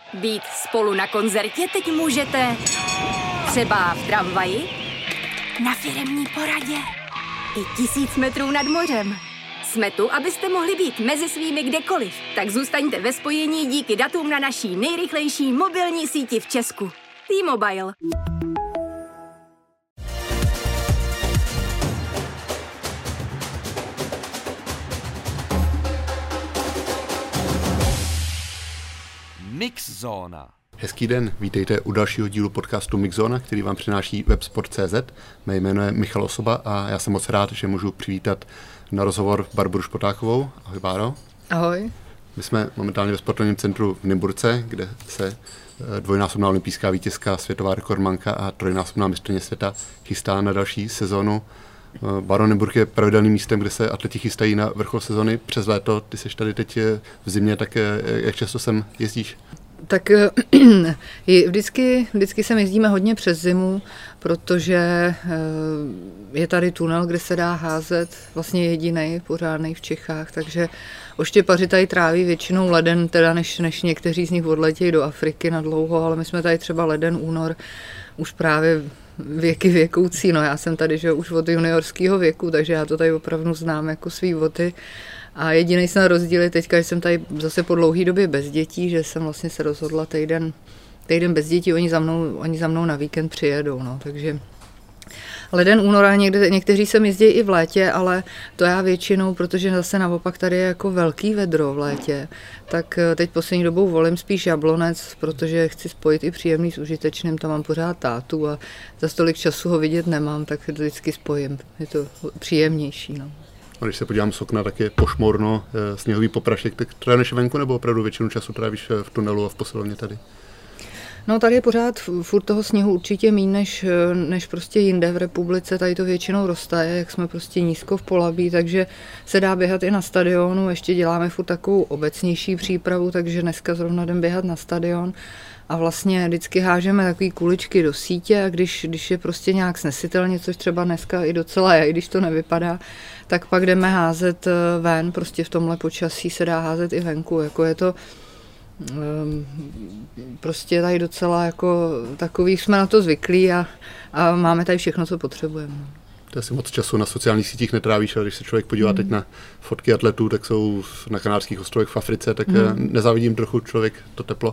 Být spolu na koncertě teď můžete třeba v tramvaji, na firemní poradě i 1000 metrů nad mořem. Jsme tu, abyste mohli být mezi svými kdekoliv. Tak zůstaňte ve spojení díky datům na naší nejrychlejší mobilní síti v Česku. T-Mobile. Mixzóna. Hezký den, vítejte u dalšího dílu podcastu Mixzóna, který vám přináší websport.cz. Mé jméno je Michal Osoba a já jsem moc rád, že můžu přivítat na rozhovor Barboru Špotákovou. Ahoj, Báro. Ahoj. My jsme momentálně ve sportovním centru v Nymburce, kde se dvojnásobná olympijská vítězka, světová rekordmanka a trojnásobná mistryně světa chystá na další sezónu. Báro, Nymburk je pravidelným místem, kde se atleti chystají na vrchol sezony přes léto. Ty jsi tady teď v zimě, tak jak často sem jezdíš? Tak vždycky sem jezdíme hodně přes zimu, protože je tady tunel, kde se dá házet, vlastně jedinej pořádnej v Čechách, takže oštěpaři tady tráví většinou leden, teda než někteří z nich odletějí do Afriky na dlouho, ale my jsme tady třeba leden, únor, už právě věky věkoucí, no já jsem tady, že už od juniorského věku, takže já to tady opravdu znám jako svý boty. A jediný snad rozdíl je teďka, že jsem tady zase po dlouhé době bez dětí, že jsem vlastně se rozhodla týden bez dětí, oni za mnou na víkend přijedou, no, takže leden, únor a někteří sem jezdí i v létě, ale to já většinou, protože zase naopak tady je jako velký vedro v létě, tak teď poslední dobou volím spíš Jablonec, protože chci spojit i příjemný s užitečným, tam mám pořád tátu a za tolik času ho vidět nemám, tak to vždycky spojím, je to příjemnější, no. A když se podívám z okna, tak je pošmorno, sněhový poprašek, tak trénuješ venku nebo opravdu většinu času trávíš v tunelu a v posilovně tady? No tady je pořád furt toho sněhu určitě míň než prostě jinde v republice, tady to většinou roztaje, jak jsme prostě nízko v Polabí, takže se dá běhat i na stadionu, ještě děláme furt takovou obecnější přípravu, takže dneska zrovna jdem běhat na stadion. A vlastně vždycky hážeme takové kuličky do sítě a když je prostě nějak snesitelně, což třeba dneska i docela je, i když to nevypadá, tak pak jdeme házet ven, prostě v tomhle počasí se dá házet i venku, jako je to prostě tady docela jako takový, jsme na to zvyklí a máme tady všechno, co potřebujeme. To asi moc času na sociálních sítích netrávíš, ale když se člověk podívá teď na fotky atletů, tak jsou na Kanárských ostrovech v Africe, tak nezávidím trochu člověk to teplo.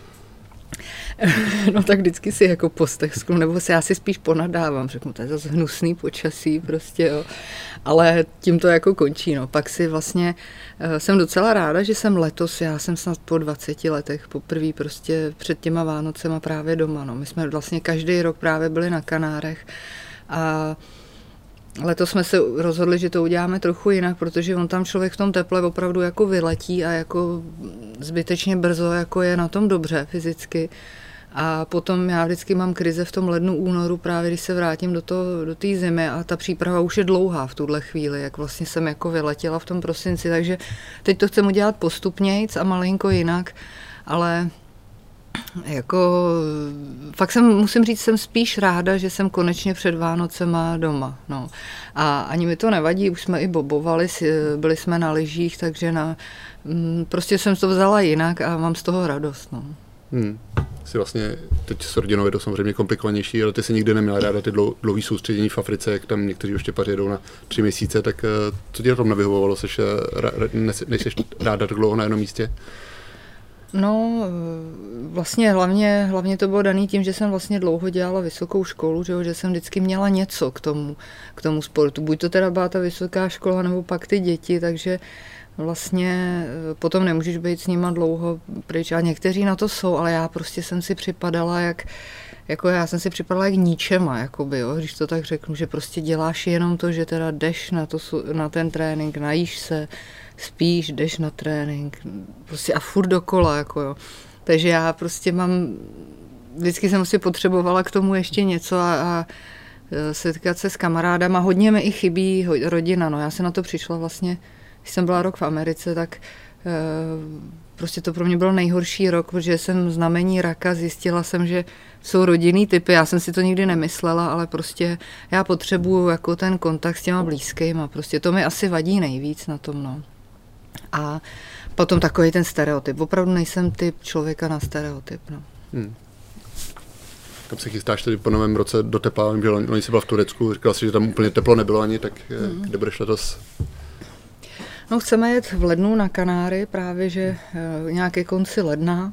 No tak vždycky si jako postesknu, nebo já si spíš ponadávám, řeknu, to je zase hnusný počasí prostě, jo. Ale tím to jako končí, no. Pak si vlastně jsem docela ráda, že jsem letos, já jsem snad po 20 letech poprvé prostě před těma Vánocema právě doma, no. My jsme vlastně každý rok právě byli na Kanárech a letos jsme se rozhodli, že to uděláme trochu jinak, protože on tam člověk v tom teple opravdu jako vyletí a jako zbytečně brzo jako je na tom dobře fyzicky. A potom já vždycky mám krize v tom lednu, únoru, právě když se vrátím do té zimy a ta příprava už je dlouhá v tuhle chvíli, jak vlastně jsem jako vyletěla v tom prosinci, takže teď to chcem udělat postupnějc a malinko jinak, ale jako fakt musím říct, jsem spíš ráda, že jsem konečně před Vánocema doma, no. A ani mi to nevadí, už jsme i bobovali, byli jsme na lyžích, takže prostě jsem to vzala jinak a mám z toho radost, no. Jsi vlastně, teď s rodinou je to samozřejmě komplikovanější, ale ty jsi nikdy neměla ráda ty dlouhý soustředění v Africe, jak tam někteří oštěpaři jedou na 3 měsíce, tak co ti na tom nevyhovovalo? Nejseš ráda tak dlouho na jednom místě? No, vlastně hlavně to bylo daný tím, že jsem vlastně dlouho dělala vysokou školu, že jsem vždycky měla něco k tomu sportu. Buď to teda byla ta vysoká škola, nebo pak ty děti, takže vlastně potom nemůžeš být s nima dlouho pryč. A někteří na to jsou, ale já prostě jsem si připadala jak ničema, jakoby, jo, když to tak řeknu, že prostě děláš jenom to, že teda jdeš na ten trénink, najíš se, spíš, jdeš na trénink, prostě a furt dokola, jako jo. Takže já prostě vždycky jsem si potřebovala k tomu ještě něco a setkat se s kamarádama, hodně mi i chybí rodina, no, já jsem na to přišla vlastně, když jsem byla rok v Americe, tak prostě to pro mě byl nejhorší rok, protože jsem znamení raka, zjistila jsem, že jsou rodinný typy, já jsem si to nikdy nemyslela, ale prostě já potřebuju jako ten kontakt s těma blízkýma, prostě to mi asi vadí nejvíc na tom, no. A potom takový ten stereotyp. Opravdu nejsem typ člověka na stereotyp. No. Kam se chystáš tedy po novém roce do tepla? Vím, že loni jsi byla v Turecku, říkala si, že tam úplně teplo nebylo ani, tak kde budeš letos? No, chceme jet v lednu na Kanáry, právě že nějaké konci ledna.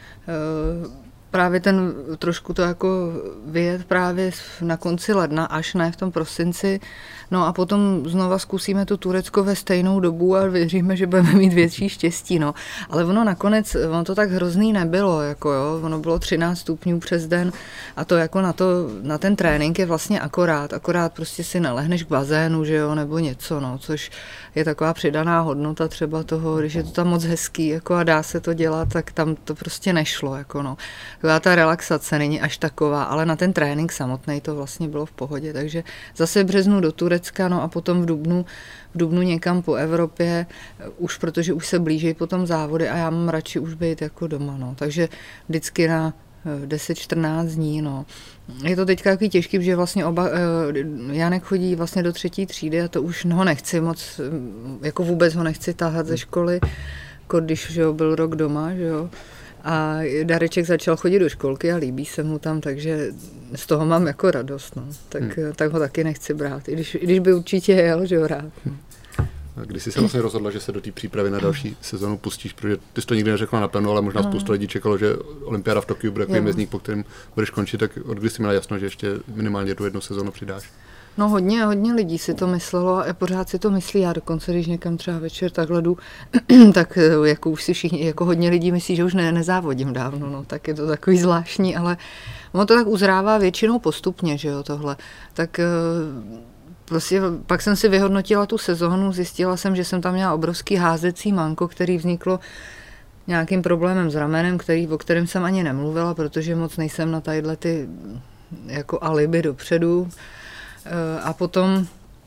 Právě ten trošku to jako vyjet právě na konci ledna, až ne v tom prosinci. No a potom znova zkusíme tu Turecko ve stejnou dobu a věříme, že budeme mít větší štěstí. No. Ale ono nakonec, ono to tak hrozný nebylo, jako jo, ono bylo 13 stupňů přes den a to jako na ten trénink je vlastně akorát prostě si nalehneš k bazénu, že jo, nebo něco, no, což je taková přidaná hodnota třeba toho, když je to tam moc hezký, jako a dá se to dělat, tak tam to prostě nešlo, jako no. Taková ta relaxace není až taková, ale na ten trénink samotný to vlastně bylo v pohodě, takže zase v březnu do Turecka, no a potom v dubnu někam po Evropě, už protože už se blíží potom závody a já mám radši už být jako doma, no. Takže vždycky na 10-14 dní, no. Je to teďka takový těžký, protože vlastně Janek chodí vlastně do 3. třídy a to už ho nechci moc, jako vůbec ho nechci tahat ze školy, jako když že jo, byl rok doma, že jo. A Dareček začal chodit do školky a líbí se mu tam, takže z toho mám jako radost, no. Tak ho taky nechci brát, i když by určitě jel, že ho rád. No. A když jsi se vlastně rozhodla, že se do té přípravy na další sezonu pustíš, protože ty jsi to nikdy neřekla naplno, ale možná spoustu lidí čekalo, že olympiáda v Tokiu bude takový mezník, po kterém budeš končit, tak od kdy jsi měla jasno, že ještě minimálně tu jednu sezonu přidáš? No hodně lidí si to myslelo a pořád si to myslí. Já dokonce, když někam třeba večer takhle jdu, tak jako už si všichni, jako hodně lidí myslí, že už nezávodím dávno, no, tak je to takový zvláštní, ale ono to tak uzrává většinou postupně, že jo, tohle. Tak prostě pak jsem si vyhodnotila tu sezónu, zjistila jsem, že jsem tam měla obrovský házecí manko, který vzniklo nějakým problémem s ramenem, o kterém jsem ani nemluvila, protože moc nejsem na tadyhle ty jako alibi dopředu. A potom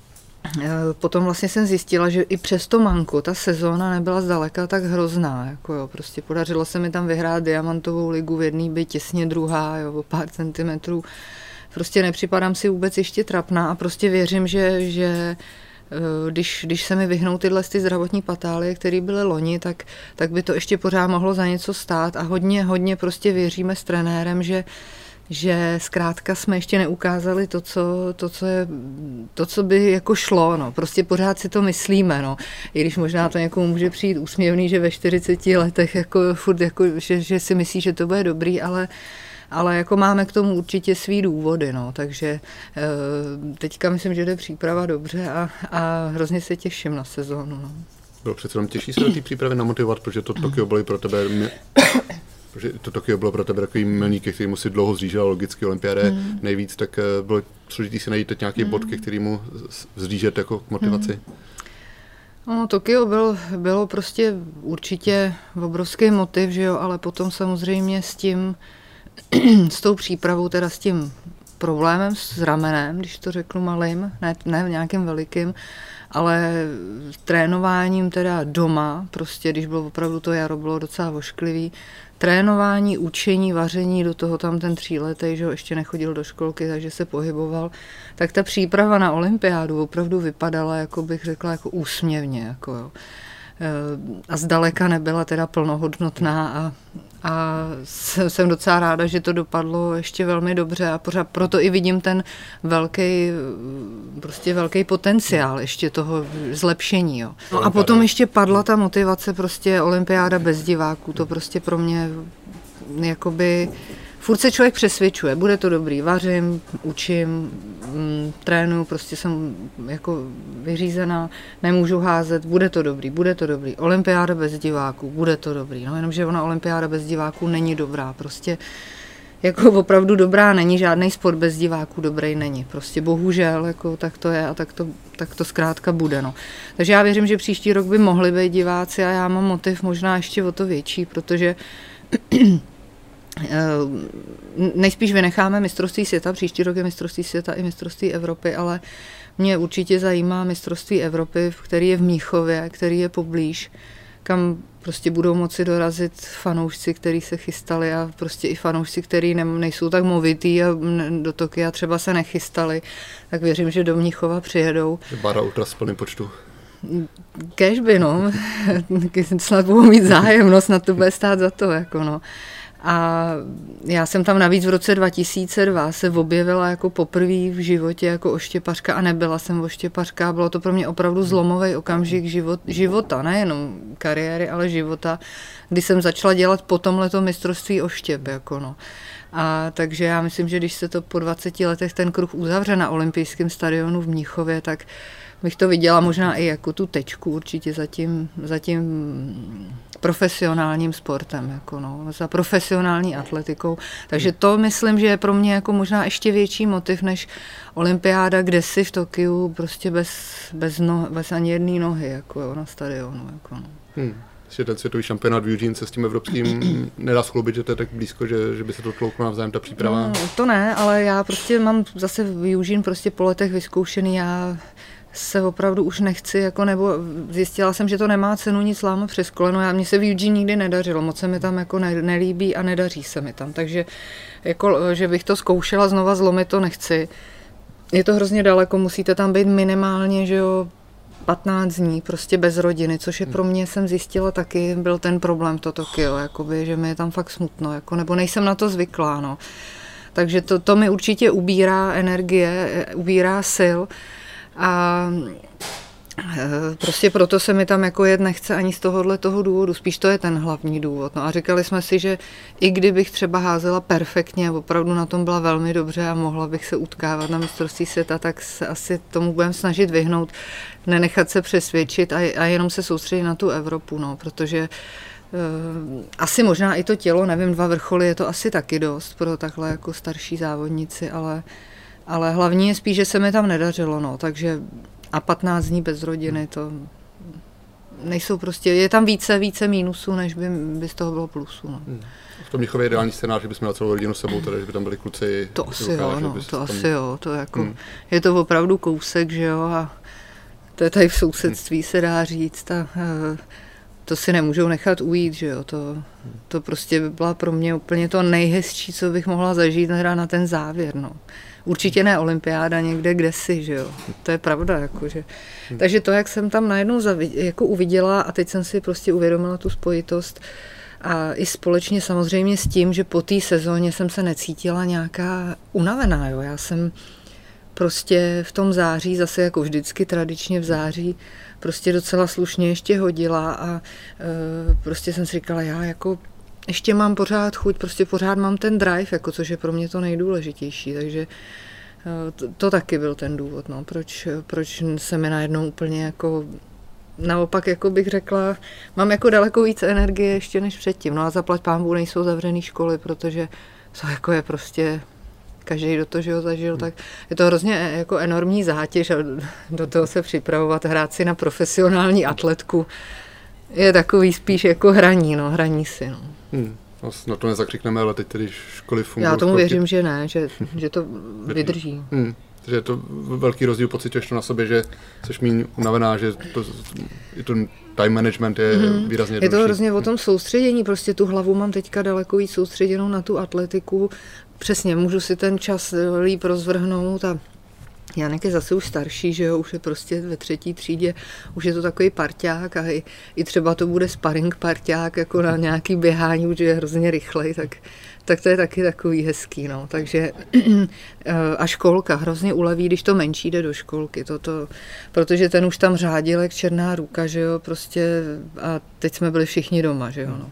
vlastně jsem zjistila, že i přes to manko ta sezóna nebyla zdaleka tak hrozná. Jako jo, prostě podařilo se mi tam vyhrát diamantovou ligu, v jedný by těsně druhá, jo, o pár centimetrů. Prostě nepřipadám si vůbec ještě trapná a prostě věřím, že když se mi vyhnou tyhle zdravotní patálie, které byly loni, tak by to ještě pořád mohlo za něco stát a hodně prostě věříme s trenérem, že zkrátka jsme ještě neukázali to, co by jako šlo, no. Prostě pořád si to myslíme, no. I když možná to někomu může přijít úsměvný, že ve 40 letech jako furt jako, že si myslí, že to bude dobrý, ale jako máme k tomu určitě svý důvody, no. Takže teďka myslím, že jde příprava dobře a hrozně se těším na sezónu, no. Bylo přece jenom těžší se do té přípravy namotivovat, protože to Tokio bylo pro tebe... Protože to Tokio bylo pro tebe takový milník, kterýmu si dlouho zřížila logicky olympiáde nejvíc, tak bylo složitý si najít nějaký bod, ke kterému zřížet jako motivaci. No, Tokio bylo prostě určitě obrovský motiv, že jo, ale potom samozřejmě s tou přípravou, teda s tím problémem s ramenem, když to řeknu malým, ne nějakým velikým, ale trénováním teda doma, prostě když bylo opravdu to jaro, bylo docela ošklivý, trénování, učení, vaření, do toho tam ten 3letý, že ještě nechodil do školky, takže se pohyboval, tak ta příprava na olympiádu opravdu vypadala, jako bych řekla, jako úsměvně, jako jo. A zdaleka nebyla teda plnohodnotná a jsem docela ráda, že to dopadlo ještě velmi dobře a pořád proto i vidím ten velký potenciál ještě toho zlepšení. Jo. No a potom ještě padla ta motivace, prostě olympiáda bez diváků, to prostě pro mě jakoby furt se člověk přesvědčuje, bude to dobrý, vařím, učím, trénuju, prostě jsem jako vyřízená, nemůžu házet, bude to dobrý, olympiáda bez diváků, bude to dobrý, no jenomže ona olympiáda bez diváků není dobrá, prostě jako opravdu dobrá není, žádný sport bez diváků dobrý není, prostě bohužel, jako tak to je a tak to zkrátka bude, no. Takže já věřím, že příští rok by mohli být diváci a já mám motiv možná ještě o to větší, protože nejspíš vynecháme mistrovství světa, příští rok je mistrovství světa i mistrovství Evropy, ale mě určitě zajímá mistrovství Evropy, který je v Mnichově, který je poblíž, kam prostě budou moci dorazit fanoušci, kteří se chystali a prostě i fanoušci, kteří nejsou tak movitý a do Tokia třeba se nechystali, tak věřím, že do Mnichova přijedou. Bara ultra s plným počtu. Kéž by, no. Snad budou mít zájem, no, snad to bude stát za to, jako no. A já jsem tam navíc v roce 2002 se objevila jako poprvé v životě jako oštěpařka a nebyla jsem oštěpařka. Bylo to pro mě opravdu zlomový okamžik života, nejenom kariéry, ale života, kdy jsem začala dělat po tomhleto mistrovství oštěp. Jako no. A takže já myslím, že když se to po 20 letech ten kruh uzavře na olympijském stadionu v Mnichově, tak bych to viděla možná i jako tu tečku určitě za tím profesionálním sportem, jako no, za profesionální atletikou. Takže to myslím, že je pro mě jako možná ještě větší motiv než olympiáda, kde si v Tokiu prostě bez ani jedné nohy jako jo, na stadionu. Jako no. Že ten světový šampionát v Eugene se s tím evropským nedá skloubit, že to je tak blízko, že by se to tlouklo navzájem ta příprava? No, to ne, ale já prostě mám zase v Eugene prostě po letech vyzkoušený, já se opravdu už nechci, jako nebo zjistila jsem, že to nemá cenu nic lámat přes koleno. Mně se v Eugene nikdy nedařilo, moc se mi tam jako nelíbí a nedaří se mi tam, takže jako, že bych to zkoušela znova zlomit, to nechci. Je to hrozně daleko, musíte tam být minimálně, že jo, 15 dní prostě bez rodiny, což je pro mě, jsem zjistila taky, byl ten problém to Tokio, jakoby, že mi je tam fakt smutno, jako, nebo nejsem na to zvyklá, no. Takže to mi určitě ubírá energie, ubírá sil a prostě proto se mi tam jako jet nechce ani z toho důvodu, spíš to je ten hlavní důvod. No a říkali jsme si, že i kdybych třeba házela perfektně, opravdu na tom byla velmi dobře a mohla bych se utkávat na mistrovství světa, tak se asi tomu budeme snažit vyhnout, nenechat se přesvědčit a jenom se soustředit na tu Evropu, no, protože asi možná i to tělo, nevím, 2 vrcholy je to asi taky dost pro takhle jako starší závodnici, ale hlavní je spíš, že se mi tam nedařilo, no, takže a 15 dní bez rodiny, to nejsou prostě, je tam více mínusů, než by z toho bylo plusů. No. V tom Mnichově je ideální scénář, že bychom měli celou rodinu s sebou, tedy, že by tam byli kluci. To asi jo, no, to asi jo, to jako, je to opravdu kousek, že jo, a to je tady v sousedství, se dá říct, a to si nemůžou nechat ujít, že jo, to prostě by byla pro mě úplně to nejhezčí, co bych mohla zažít na ten závěr, no. Určitě ne olympiáda někde, kde si, že jo. To je pravda, jakože. Takže to, jak jsem tam najednou jako uviděla a teď jsem si prostě uvědomila tu spojitost a i společně samozřejmě s tím, že po té sezóně jsem se necítila nějaká unavená, jo. Já jsem prostě v tom září, zase jako vždycky tradičně v září, prostě docela slušně ještě hodila a prostě jsem si říkala, já jako ještě mám pořád chuť, prostě pořád mám ten drive, jako, což je pro mě to nejdůležitější, takže to taky byl ten důvod, no, proč se mi najednou úplně jako, naopak, jako bych řekla, mám jako daleko víc energie ještě než předtím, no a zaplať pánbůh nejsou zavřený školy, protože to jako je prostě, každý do toho, že ho zažil, tak je to hrozně jako enormní zátěž a do toho se připravovat, hrát si na profesionální atletku, je takový spíš jako hraní si, no. Na to nezakřikneme, ale teď tedy školy fungují. Já tomu věřím, že ne, že to vydrží. Takže je to velký rozdíl, pocituješ to na sobě, že jsi méně unavená, že ten time management je výrazně jednodušší. Je to hrozně o tom soustředění, prostě tu hlavu mám teďka daleko víc soustředěnou na tu atletiku. Přesně, můžu si ten čas líp rozvrhnout a Janek je zase už starší, že jo, už je prostě ve 3. třídě, už je to takový parťák a i třeba to bude sparring parťák, jako na nějaký běhání, už je hrozně rychlej, tak to je taky takový hezký, no, takže a školka hrozně uleví, když to menší jde do školky, protože ten už tam řádil jak černá ruka, že jo, prostě a teď jsme byli všichni doma, že jo, no.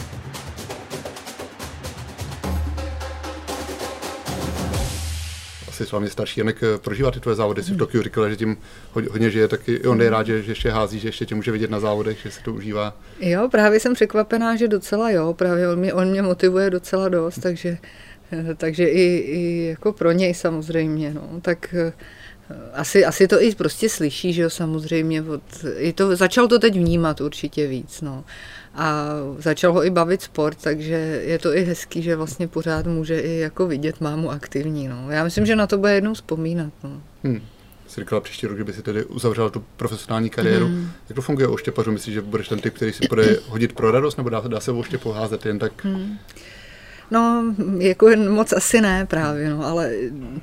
Asi s vámi starší Janek prožívá ty tvoje závody, si v Tokiu říkala, že tím hodně žije, taky on je rád, že ještě hází, že ještě tě může vidět na závodech, že se to užívá. Jo, právě jsem překvapená, že docela jo, právě on mě motivuje docela dost, takže i jako pro něj samozřejmě, no, tak asi to i prostě slyší, že jo, samozřejmě, začal to teď vnímat určitě víc, no. A začal ho i bavit sport, takže je to i hezký, že vlastně pořád může i jako vidět mámu aktivní, no. Já myslím, že na to bude jednou vzpomínat, no. Jsi říkala příští rok, kdyby si tedy uzavřela tu profesionální kariéru. Jak to funguje u oštěpařů? Myslíš, že budeš ten typ, který si bude hodit pro radost, nebo dá se o oštěpu házet jen tak? No, jako moc asi ne právě, no, ale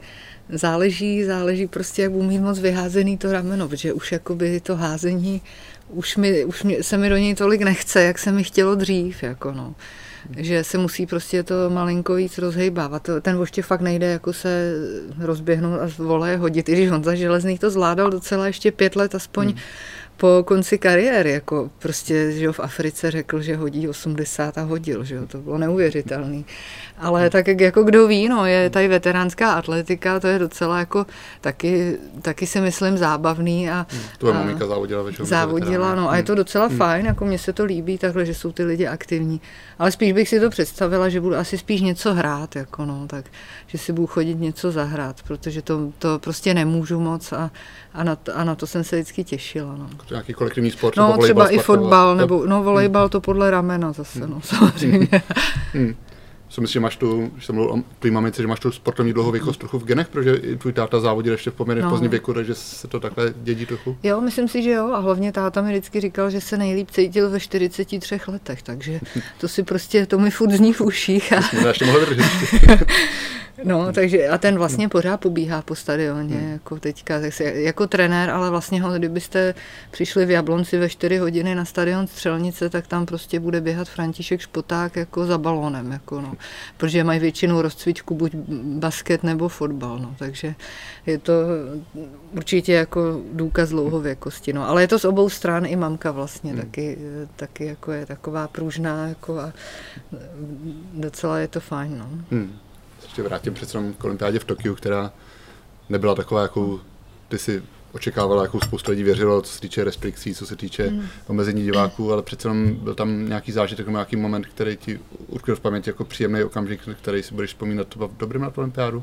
záleží prostě, jak budu mít moc vyházený to rameno, protože už jakoby to házení, se mi do něj tolik nechce, jak se mi chtělo dřív, jako no. Že se musí prostě to malinko víc rozhejbávat. Ten voště fakt nejde jako se rozběhnout a z voleje hodit, i když Honza Železný to zvládal docela ještě 5 let aspoň po konci kariéry, jako prostě, že v Africe řekl, že hodí 80 a hodil, že jo, to bylo neuvěřitelný. Ale tak jako kdo ví, no, je tady veteránská atletika, to je docela jako taky si myslím zábavný a tvoje maminka závodila většinou. Závodila, no a je to docela fajn, jako mně se to líbí takhle, že jsou ty lidi aktivní. Ale spíš bych si to představila, že budu asi spíš něco hrát, jako no, tak, že si budu chodit něco zahrát, protože to prostě nemůžu moc a na to jsem se vždycky těšila, no. Nějaký kolektivní sport, no, třeba i fotbal, nebo volejbal to podle ramena zase, no, samozřejmě. Co myslíš, že máš že jsem mluvil o tvý mamice, že máš tu sportovní dlouhověkost trochu v genech, protože i tvůj táta závodil ještě v poměrně pozdním věku, takže se to takhle dědí trochu? Jo, myslím si, že jo, a hlavně táta mi vždycky říkal, že se nejlíp cítil ve 43 letech, takže to mi furt zní v uších. Ještě mohli vydržet. No, takže a ten vlastně pořád pobíhá po stadioně, jako teďka, jako trenér, ale vlastně kdybyste přišli v Jablonci ve 4 hodiny na stadion Střelnice, tak tam prostě bude běhat František Špoták jako za balónem, jako no, protože mají většinou rozcvičku buď basket nebo fotbal, no, takže je to určitě jako důkaz dlouhověkosti, no, ale je to z obou stran, i mamka vlastně taky jako je taková pružná, jako a docela je to fajn, no. Ještě vrátím přece jenom k olympiádě v Tokiu, která nebyla taková, jakou ty si očekávala, jakou spoustu lidí věřilo, co se týče restrikcí, co se týče omezení diváků, ale přece jenom byl tam nějaký zážitek, nějaký moment, který ti utkvěl v paměti jako příjemný okamžik, který si budeš vzpomínat dobrým na tu olympiádu?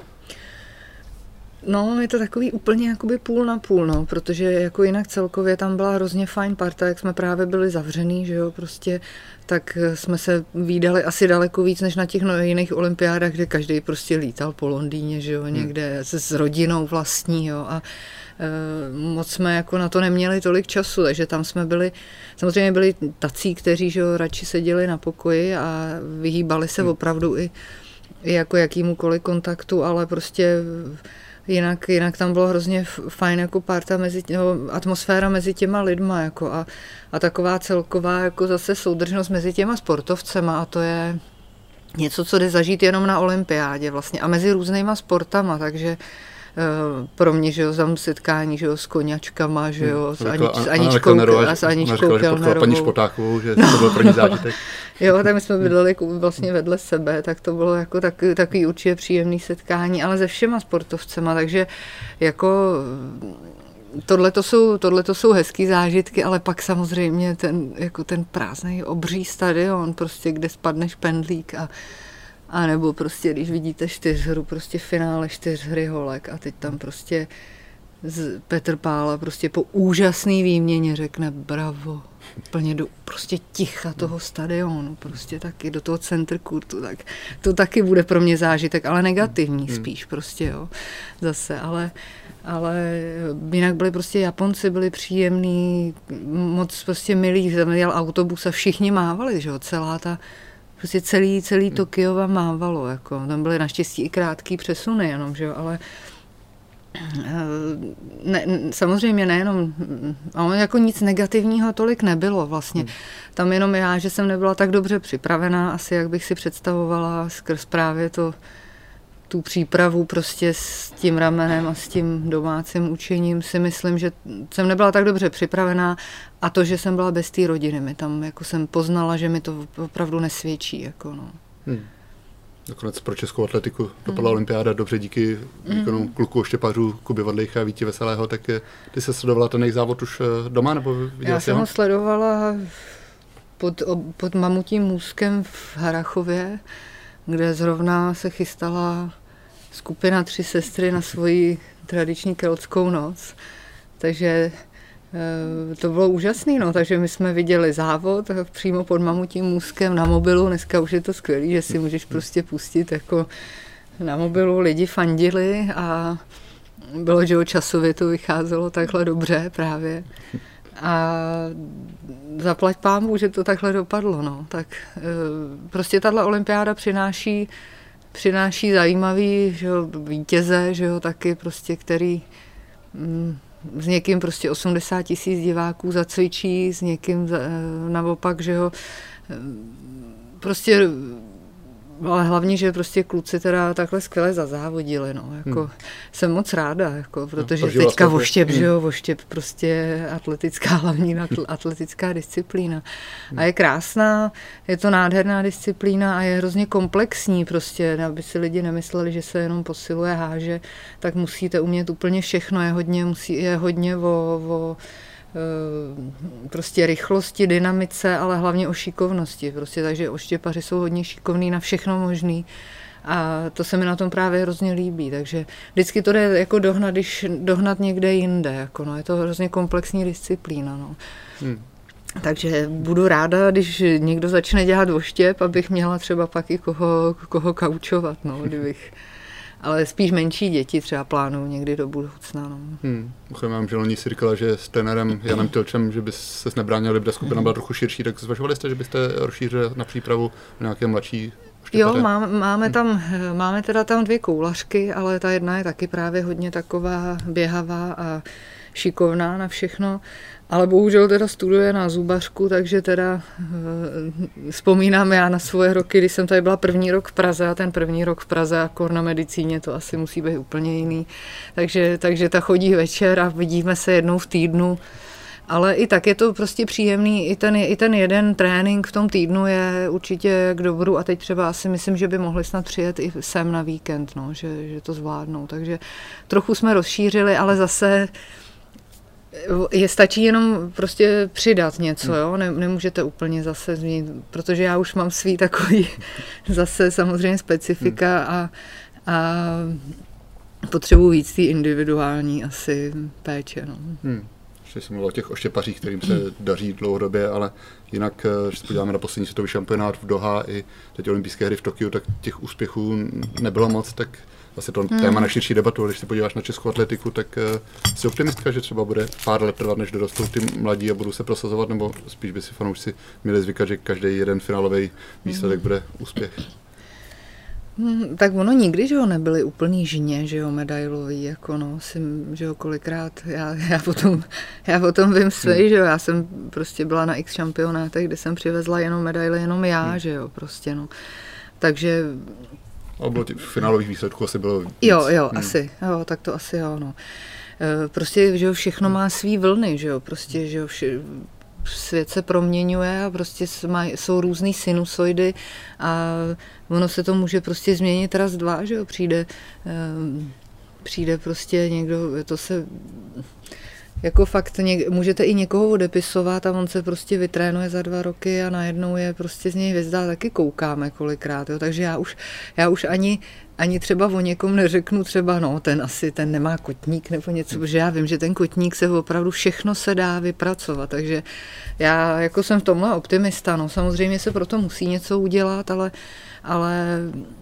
No, je to takový úplně jakoby půl na půl, no, protože jako jinak celkově tam byla hrozně fajn parta, jak jsme právě byli zavřený, že jo, prostě, tak jsme se vídali asi daleko víc, než na těch jiných olympiádách, kde každý prostě lítal po Londýně, že jo, někde s rodinou vlastní, jo, a moc jsme jako na to neměli tolik času, takže tam jsme byli, samozřejmě byli tací, kteří, že jo, radši seděli na pokoji a vyhýbali se opravdu i jako jakýmukoliv kontaktu, ale prostě Jinak tam bylo hrozně fajn jako parta atmosféra mezi těma lidma jako a taková celková jako zase soudržnost mezi těma sportovcema a to je něco, co jde zažít jenom na olympiádě vlastně a mezi různýma sportama, takže pro mě, že jo, tam setkání, že jo, s koňačkama, že jo, s Aničkou Kellnerovou. Paní Špotákovou, že to byl pro ní zážitek. Jo, tak my jsme bydleli vlastně vedle sebe, tak to bylo jako takový určitě příjemný setkání, ale se všema sportovcema, takže jako tohle jsou hezký zážitky, ale pak samozřejmě ten prázdnej obří stadion, prostě kde spadneš pendlík a nebo prostě, když vidíte 4hru, prostě finále 4hry holek a teď tam prostě Petr Pála prostě po úžasný výměně řekne bravo, úplně do prostě ticha toho stadionu, prostě taky do toho center courtu, tak to taky bude pro mě zážitek, ale negativní spíš prostě, jo, zase, ale jinak byli prostě Japonci, byli příjemní, moc prostě milí, tam jel autobus a všichni mávali, že jo, prostě celý Tokio vám mávalo, jako, tam byly naštěstí i krátký přesuny jenom, že jo, ale samozřejmě nejenom, ale jako nic negativního tolik nebylo vlastně. Tam jenom já, že jsem nebyla tak dobře připravená, asi jak bych si představovala skrz právě tu přípravu prostě s tím ramenem a s tím domácím učením si myslím, že jsem nebyla tak dobře připravená a to, že jsem byla bez té rodiny, mi tam jako jsem poznala, že mi to opravdu nesvědčí. Jako no. Nakonec pro českou atletiku dopadla olympiáda dobře díky výkonu kluků štěpařů Kuby Vadlejcha a Víti Veselého, tak ty se sledovala ten jejich závod už doma, nebo viděla Já jsem ho sledovala pod Mamutím můstkem v Harrachově, kde zrovna se chystala skupina 3 sestry na svoji tradiční keltskou noc. Takže to bylo úžasný, no, takže my jsme viděli závod přímo pod Mamutím můstkem na mobilu, dneska už je to skvělý, že si můžeš prostě pustit jako na mobilu, lidi fandili a bylo, že časově to vycházelo takhle dobře právě. A zaplať pánbůh, že to takhle dopadlo, no, tak prostě tahle olympiáda přináší přináší zajímavý, že jo, vítěze, že jo, taky prostě, který s někým prostě 80 000 diváků zacvičí, s někým naopak, že jo, prostě, ale hlavně, že prostě kluci teda takhle skvěle zazávodili, no, jako jsem moc ráda, jako, protože teďka voštěp, že jo, voštěp prostě atletická, hlavní atletická disciplína. A je krásná, je to nádherná disciplína a je hrozně komplexní prostě, aby si lidi nemysleli, že se jenom posiluje, háže, tak musíte umět úplně všechno, je hodně o prostě rychlosti, dynamice, ale hlavně o šikovnosti. Prostě, takže oštěpaři jsou hodně šikovní na všechno možný. A to se mi na tom právě hrozně líbí. Takže vždycky to jde jako dohnat někde jinde. Jako, no, je to hrozně komplexní disciplína. No. Takže budu ráda, když někdo začne dělat oštěp, abych měla třeba pak i koho kaučovat. No, kdybych... Ale spíš menší děti třeba plánují někdy do budoucna. No. Mám želení si říkala, že s trenérem Janem Tilčem, že by se nebránil, kdyby ta skupina byla trochu širší, tak zvažovali jste, že byste rozšířili na přípravu nějaké mladší štěpate? Jo, máme teda tam 2 koulařky, ale ta jedna je taky právě hodně taková běhavá a šikovná na všechno. Ale bohužel teda studuje na zubařku, takže teda vzpomínám já na svoje roky, když jsem tady byla první rok v Praze a ten první rok v Praze a na medicíně to asi musí být úplně jiný. Takže ta chodí večer a vidíme se jednou v týdnu. Ale i tak je to prostě příjemný, i ten jeden trénink v tom týdnu je určitě k dobru a teď třeba asi myslím, že by mohli snad přijet i sem na víkend, no, že to zvládnou. Takže trochu jsme rozšířili, ale zase stačí jenom prostě přidat něco, jo? Nemůžete úplně zase změnit, protože já už mám svý takový zase samozřejmě specifika a potřebuji víc té individuální asi péče. No. Ještě jsem mluvil o těch oštěpařích, kterým se daří dlouhodobě, ale jinak, když se podíváme na poslední světový šampionát v Doha i teď olympijské hry v Tokiu, tak těch úspěchů nebylo moc, tak vlastně to téma na širší debatu, ale když se podíváš na českou atletiku, tak jsi optimistka, že třeba bude pár let trvat, než dorostou ty mladí a budou se prosazovat, nebo spíš by si fanoušci měli zvykat, že každý jeden finálový výsledek bude úspěch? Tak ono nikdy, že jo, nebyly úplný žně, že jo, medailový, jako no, že jo, kolikrát, já potom vím své, že jo, já jsem prostě byla na x šampionátech, kde jsem přivezla jenom medaily, jenom já, že jo, prostě no, takže... Ale bylo těch finálových výsledků asi bylo víc. Jo, asi, jo, tak to asi jo, no. Prostě, že jo, všechno má svý vlny, že jo, prostě, že jo, svět se proměňuje a prostě jsou různý sinusoidy a ono se to může prostě změnit raz, dva, že jo, přijde prostě někdo, to se jako fakt můžete i někoho odepisovat a on se prostě vytrénuje za 2 roky a najednou je prostě z něj hvězda, taky koukáme kolikrát, jo, takže já už ani třeba o někom neřeknu třeba, no, ten nemá kotník nebo něco, protože já vím, že ten kotník se opravdu všechno se dá vypracovat, takže já jako jsem v tomhle optimista, no, samozřejmě se proto musí něco udělat, ale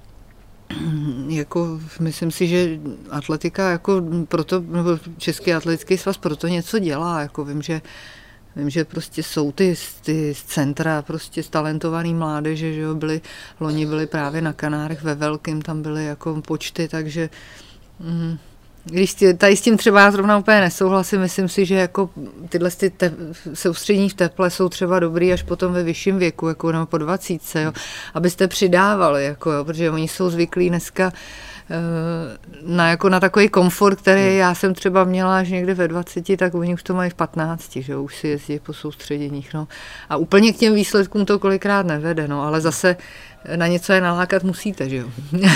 jako myslím si, že atletika jako proto, nebo Český atletický svaz proto něco dělá, jako vím, že prostě jsou ty z centra prostě talentovaný mládeže, že jo, loni byli právě na Kanárech ve velkým, tam byly jako počty, takže když tady s tím třeba zrovna úplně nesouhlasím, myslím si, že jako tyhle soustředění v teple jsou třeba dobrý až potom ve vyšším věku, jako nebo po 20, jo, abyste přidávali, jako, jo, protože oni jsou zvyklí dneska na takový komfort, který já jsem třeba měla až někde ve 20, tak oni už to mají v 15, že už si jezdí po soustředěních, no. A úplně k těm výsledkům to kolikrát nevede, no, ale zase na něco je nalákat musíte, že jo.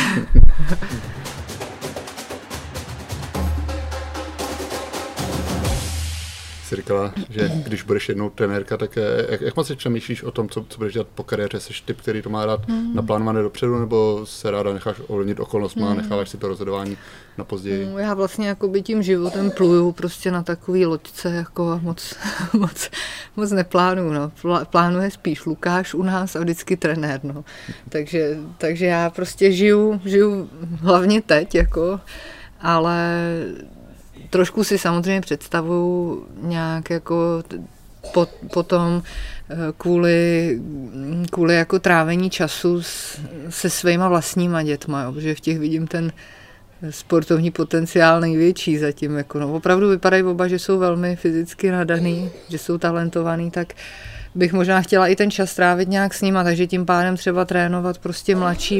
Jsi říkala, že když budeš jednou trenérka, tak jak moc si přemýšlíš o tom, co budeš dělat po kariéře? Jsi typ, který to má rád naplánované dopředu, nebo se ráda necháš ovlivnit okolnostma a necháváš si to rozhodování na později? Já vlastně jakoby tím životem pluju prostě na takový loďce, jako a moc neplánuju, no. Plánuje spíš Lukáš u nás a vždycky trenér, no. Takže já prostě žiju hlavně teď, jako, ale trošku si samozřejmě představuju nějak jako potom kvůli jako trávení času se svýma vlastníma dětma, jo, protože v těch vidím ten sportovní potenciál největší zatím. Jako, no, opravdu vypadají oba, že jsou velmi fyzicky nadaný, že jsou talentovaný, tak bych možná chtěla i ten čas trávit nějak s nima, takže tím pádem třeba trénovat prostě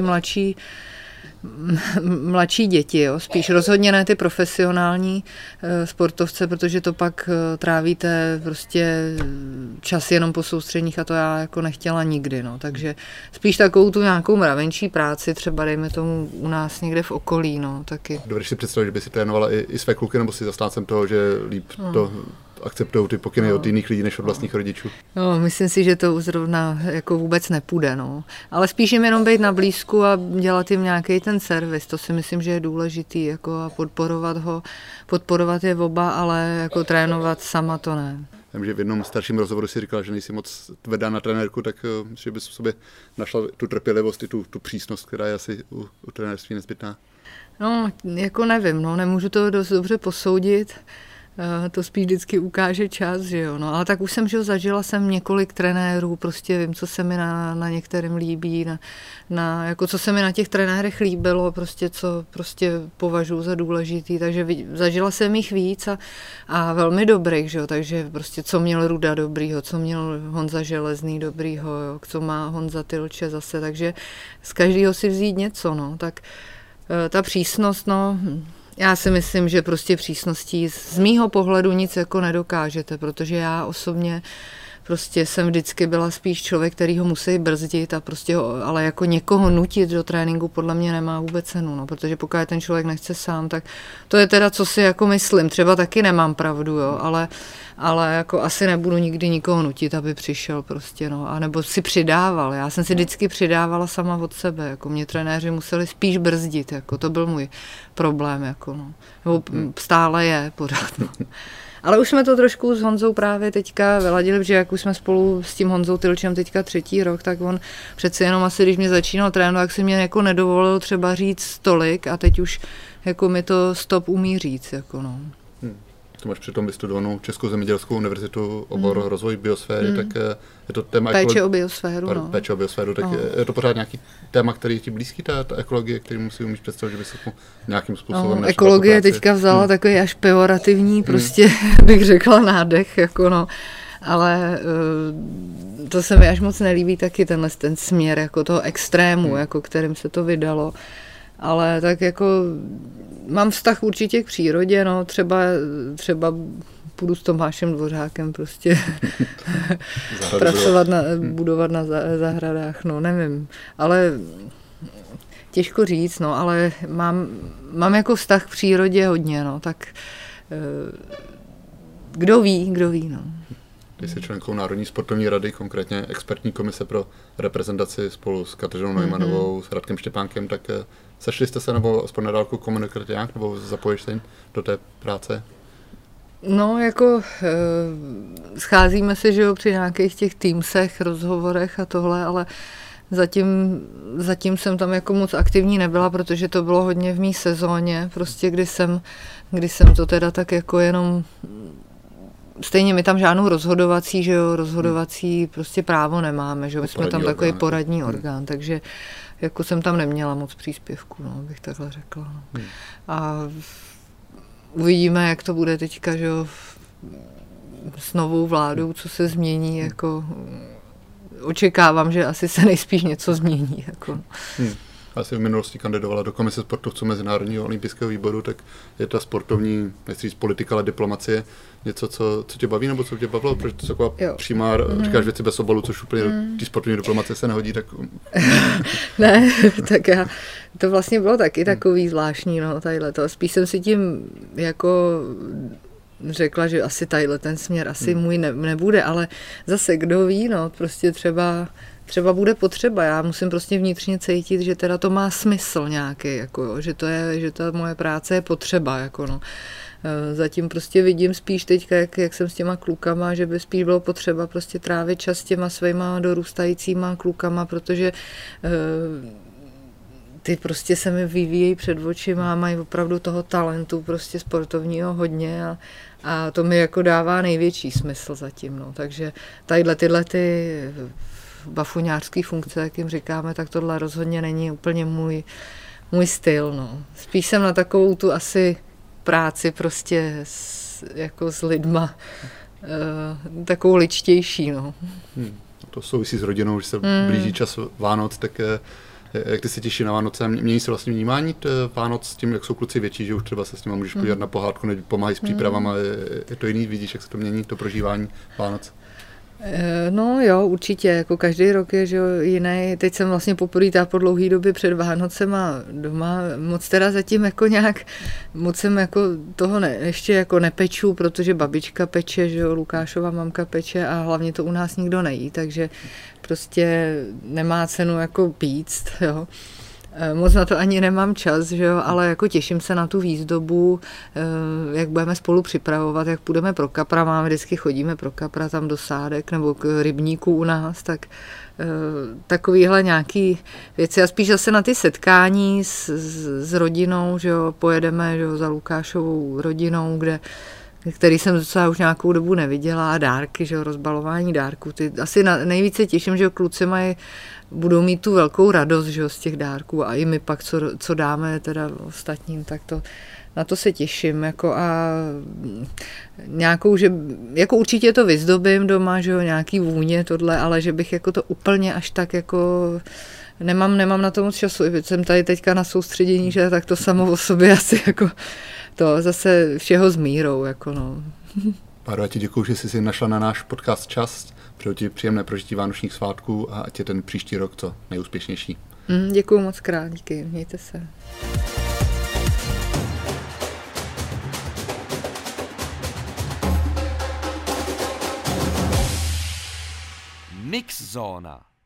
mladší děti, jo. Spíš rozhodně ne ty profesionální sportovce, protože to pak trávíte prostě čas jenom po soustředních a to já jako nechtěla nikdy, no. Takže spíš takovou tu nějakou mravenčí práci, třeba dejme tomu u nás někde v okolí, no, taky. Dovedeš si představit, že by si trénovala i své kluky, nebo si zastáncem toho, že líp to akceptují ty pokyny od jiných lidí než od vlastních rodičů? No, myslím si, že to zrovna jako vůbec nepůjde, no. Ale spíš jim jenom být na blízku a dělat jim nějaký ten servis, to si myslím, že je důležitý, jako a podporovat je oba, ale jako trénovat sama to ne. Vím, že v jednom starším rozhovoru si říkala, že nejsi moc tvrdá na trenérku, tak že bys v sobě našla tu trpělivost i tu přísnost, která je asi u trenérství nezbytná. No, jako nevím, no, nemůžu to dost dobře posoudit. To spíš vždycky ukáže čas, že jo, no, ale tak už jsem, že zažila jsem několik trenérů, prostě vím, co se mi na některým líbí, jako co se mi na těch trenérech líbilo, prostě co prostě považuji za důležitý, takže zažila jsem jich víc a velmi dobrých, že jo, takže prostě co měl Ruda dobrýho, co měl Honza Železný dobrýho, jo, co má Honza Tylče zase, takže z každého si vzít něco, no, tak ta přísnost, no, já si myslím, že prostě přísností z mýho pohledu nic jako nedokážete, protože já osobně prostě jsem vždycky byla spíš člověk, který ho musí brzdit a prostě ale jako někoho nutit do tréninku podle mě nemá vůbec cenu, no, protože pokud ten člověk nechce sám, tak to je teda, co si jako myslím, třeba taky nemám pravdu, jo, ale jako asi nebudu nikdy nikoho nutit, aby přišel prostě, no, a nebo si přidával, já jsem si vždycky přidávala sama od sebe, jako mě trenéři museli spíš brzdit, jako to byl můj problém, jako no, nebo stále je pořád, no. Ale už jsme to trošku s Honzou právě teďka vyladili, protože jak už jsme spolu s tím Honzou Tylčem teďka 3. rok, tak on přeci jenom asi, když mě začínal trénovat, tak si mě jako nedovolil třeba říct tolik a teď už jako mi to stop umí říct, jako no. Ty máš přitom vystudovanou Českou zemědělskou univerzitu, obor rozvoj biosféry, tak je to téma... Péče o biosféru, no. Péče o biosféru, tak je to pořád nějaký téma, který je ti blízký, ta ekologie, který si umíš představit, že by se nějakým způsobem... No, ekologie teďka vzala takový až pejorativní, prostě bych řekla nádech, jako no. Ale to se mi až moc nelíbí taky ten směr, jako toho extrému, jako kterým se to vydalo. Ale tak jako mám vztah určitě k přírodě, no, třeba půjdu s Tomášem Dvořákem prostě pracovat, budovat na zahradách, no, nevím, ale těžko říct, no, ale mám jako vztah k přírodě hodně, no, tak kdo ví, no. Ty jsi členkou Národní sportovní rady, konkrétně expertní komise pro reprezentaci spolu s Kateřinou Neumannovou, s Radkem Štěpánkem, tak sešli jste se nebo aspoň na dálku komunikujete nějak, nebo zapojíš se do té práce? No, jako scházíme se, že jo, při nějakých těch Teamsech, rozhovorech a tohle, ale zatím jsem tam jako moc aktivní nebyla, protože to bylo hodně v mý sezóně, prostě kdy jsem to teda tak jako jenom... Stejně my tam žádnou rozhodovací prostě právo nemáme, že my jsme tam takový poradní orgán, takže jako jsem tam neměla moc příspěvků, no, bych takhle řekla. No. A uvidíme, jak to bude teďka, že jo, s novou vládou, co se změní, jako očekávám, že asi se nejspíš něco změní, jako. Asi v minulosti kandidovala do komise sportovců Mezinárodního olympijského výboru, tak je ta sportovní, nechci říct politika, ale diplomacie něco, co tě baví, nebo co tě bavilo? Protože to je taková přímá, říkáš věci bez obalu, což úplně do té sportovní diplomacie se nehodí, tak... Ne, tak to vlastně bylo taky takový zvláštní, no, tadyhle. Spíš jsem si tím jako řekla, že asi tadyhle ten směr asi můj nebude, ale zase kdo ví, no, prostě třeba bude potřeba. Já musím prostě vnitřně cítit, že teda to má smysl nějaký, jako jo, že ta moje práce je potřeba, jako no. Zatím prostě vidím spíš teďka, jak jsem s těma klukama, že by spíš bylo potřeba prostě trávit čas s těma svýma dorůstajícíma klukama, protože ty prostě se mi vyvíjejí před očima, mají opravdu toho talentu prostě sportovního hodně a to mi jako dává největší smysl zatím, no. Takže tyhle ty bafuňářský funkce, jak jim říkáme, tak tohle rozhodně není úplně můj styl, no. Spíš jsem na takovou tu asi práci prostě jako s lidma, takovou ličtější, no. To souvisí s rodinou, že se blíží čas Vánoc, tak jak ty se těší na Vánoce? Mění se vlastně vnímání Vánoc s tím, jak jsou kluci větší, že už třeba se s nimi můžeš podívat na pohádku, nebo pomáhají s přípravama, je to jiný, vidíš, jak se to mění, to prožívání Vánoc? No jo, určitě, jako každý rok je, že jiný. Teď jsem vlastně poprvé po dlouhý době před Vánocem a doma moc teda zatím jako nějak, moc jsem jako toho ještě jako nepeču, protože babička peče, že jo, Lukášova mamka peče a hlavně to u nás nikdo nejí, takže prostě nemá cenu jako píct, jo. Moc na to ani nemám čas, že jo, ale jako těším se na tu výzdobu, jak budeme spolu připravovat, jak půjdeme pro kapra, vždycky chodíme pro kapra tam do sádek nebo k rybníku u nás, tak takovýhle nějaký věci a spíš zase na ty setkání s rodinou, že jo, pojedeme, že jo, za Lukášovou rodinou, který jsem docela už nějakou dobu neviděla, a dárky, že jo, rozbalování dárků. Ty asi nejvíce těším, že kluci budou mít tu velkou radost, že jo, z těch dárků a i my pak, co dáme teda ostatním, tak na to se těším, jako a nějakou, že jako určitě to vyzdobím doma, že jo, nějaký vůně tohle, ale že bych jako to úplně až tak jako nemám na to moc času, jsem tady teďka na soustředění, že tak to samo o sobě asi jako to zase všeho s mírou, jako no. Páro, já ti děkuju, že jsi si našla na náš podcast čas. Přeju ti příjemné prožití vánočních svátků a ať je ten příští rok co nejúspěšnější. Děkuju moc krát, díky, mějte se. Mix Zóna.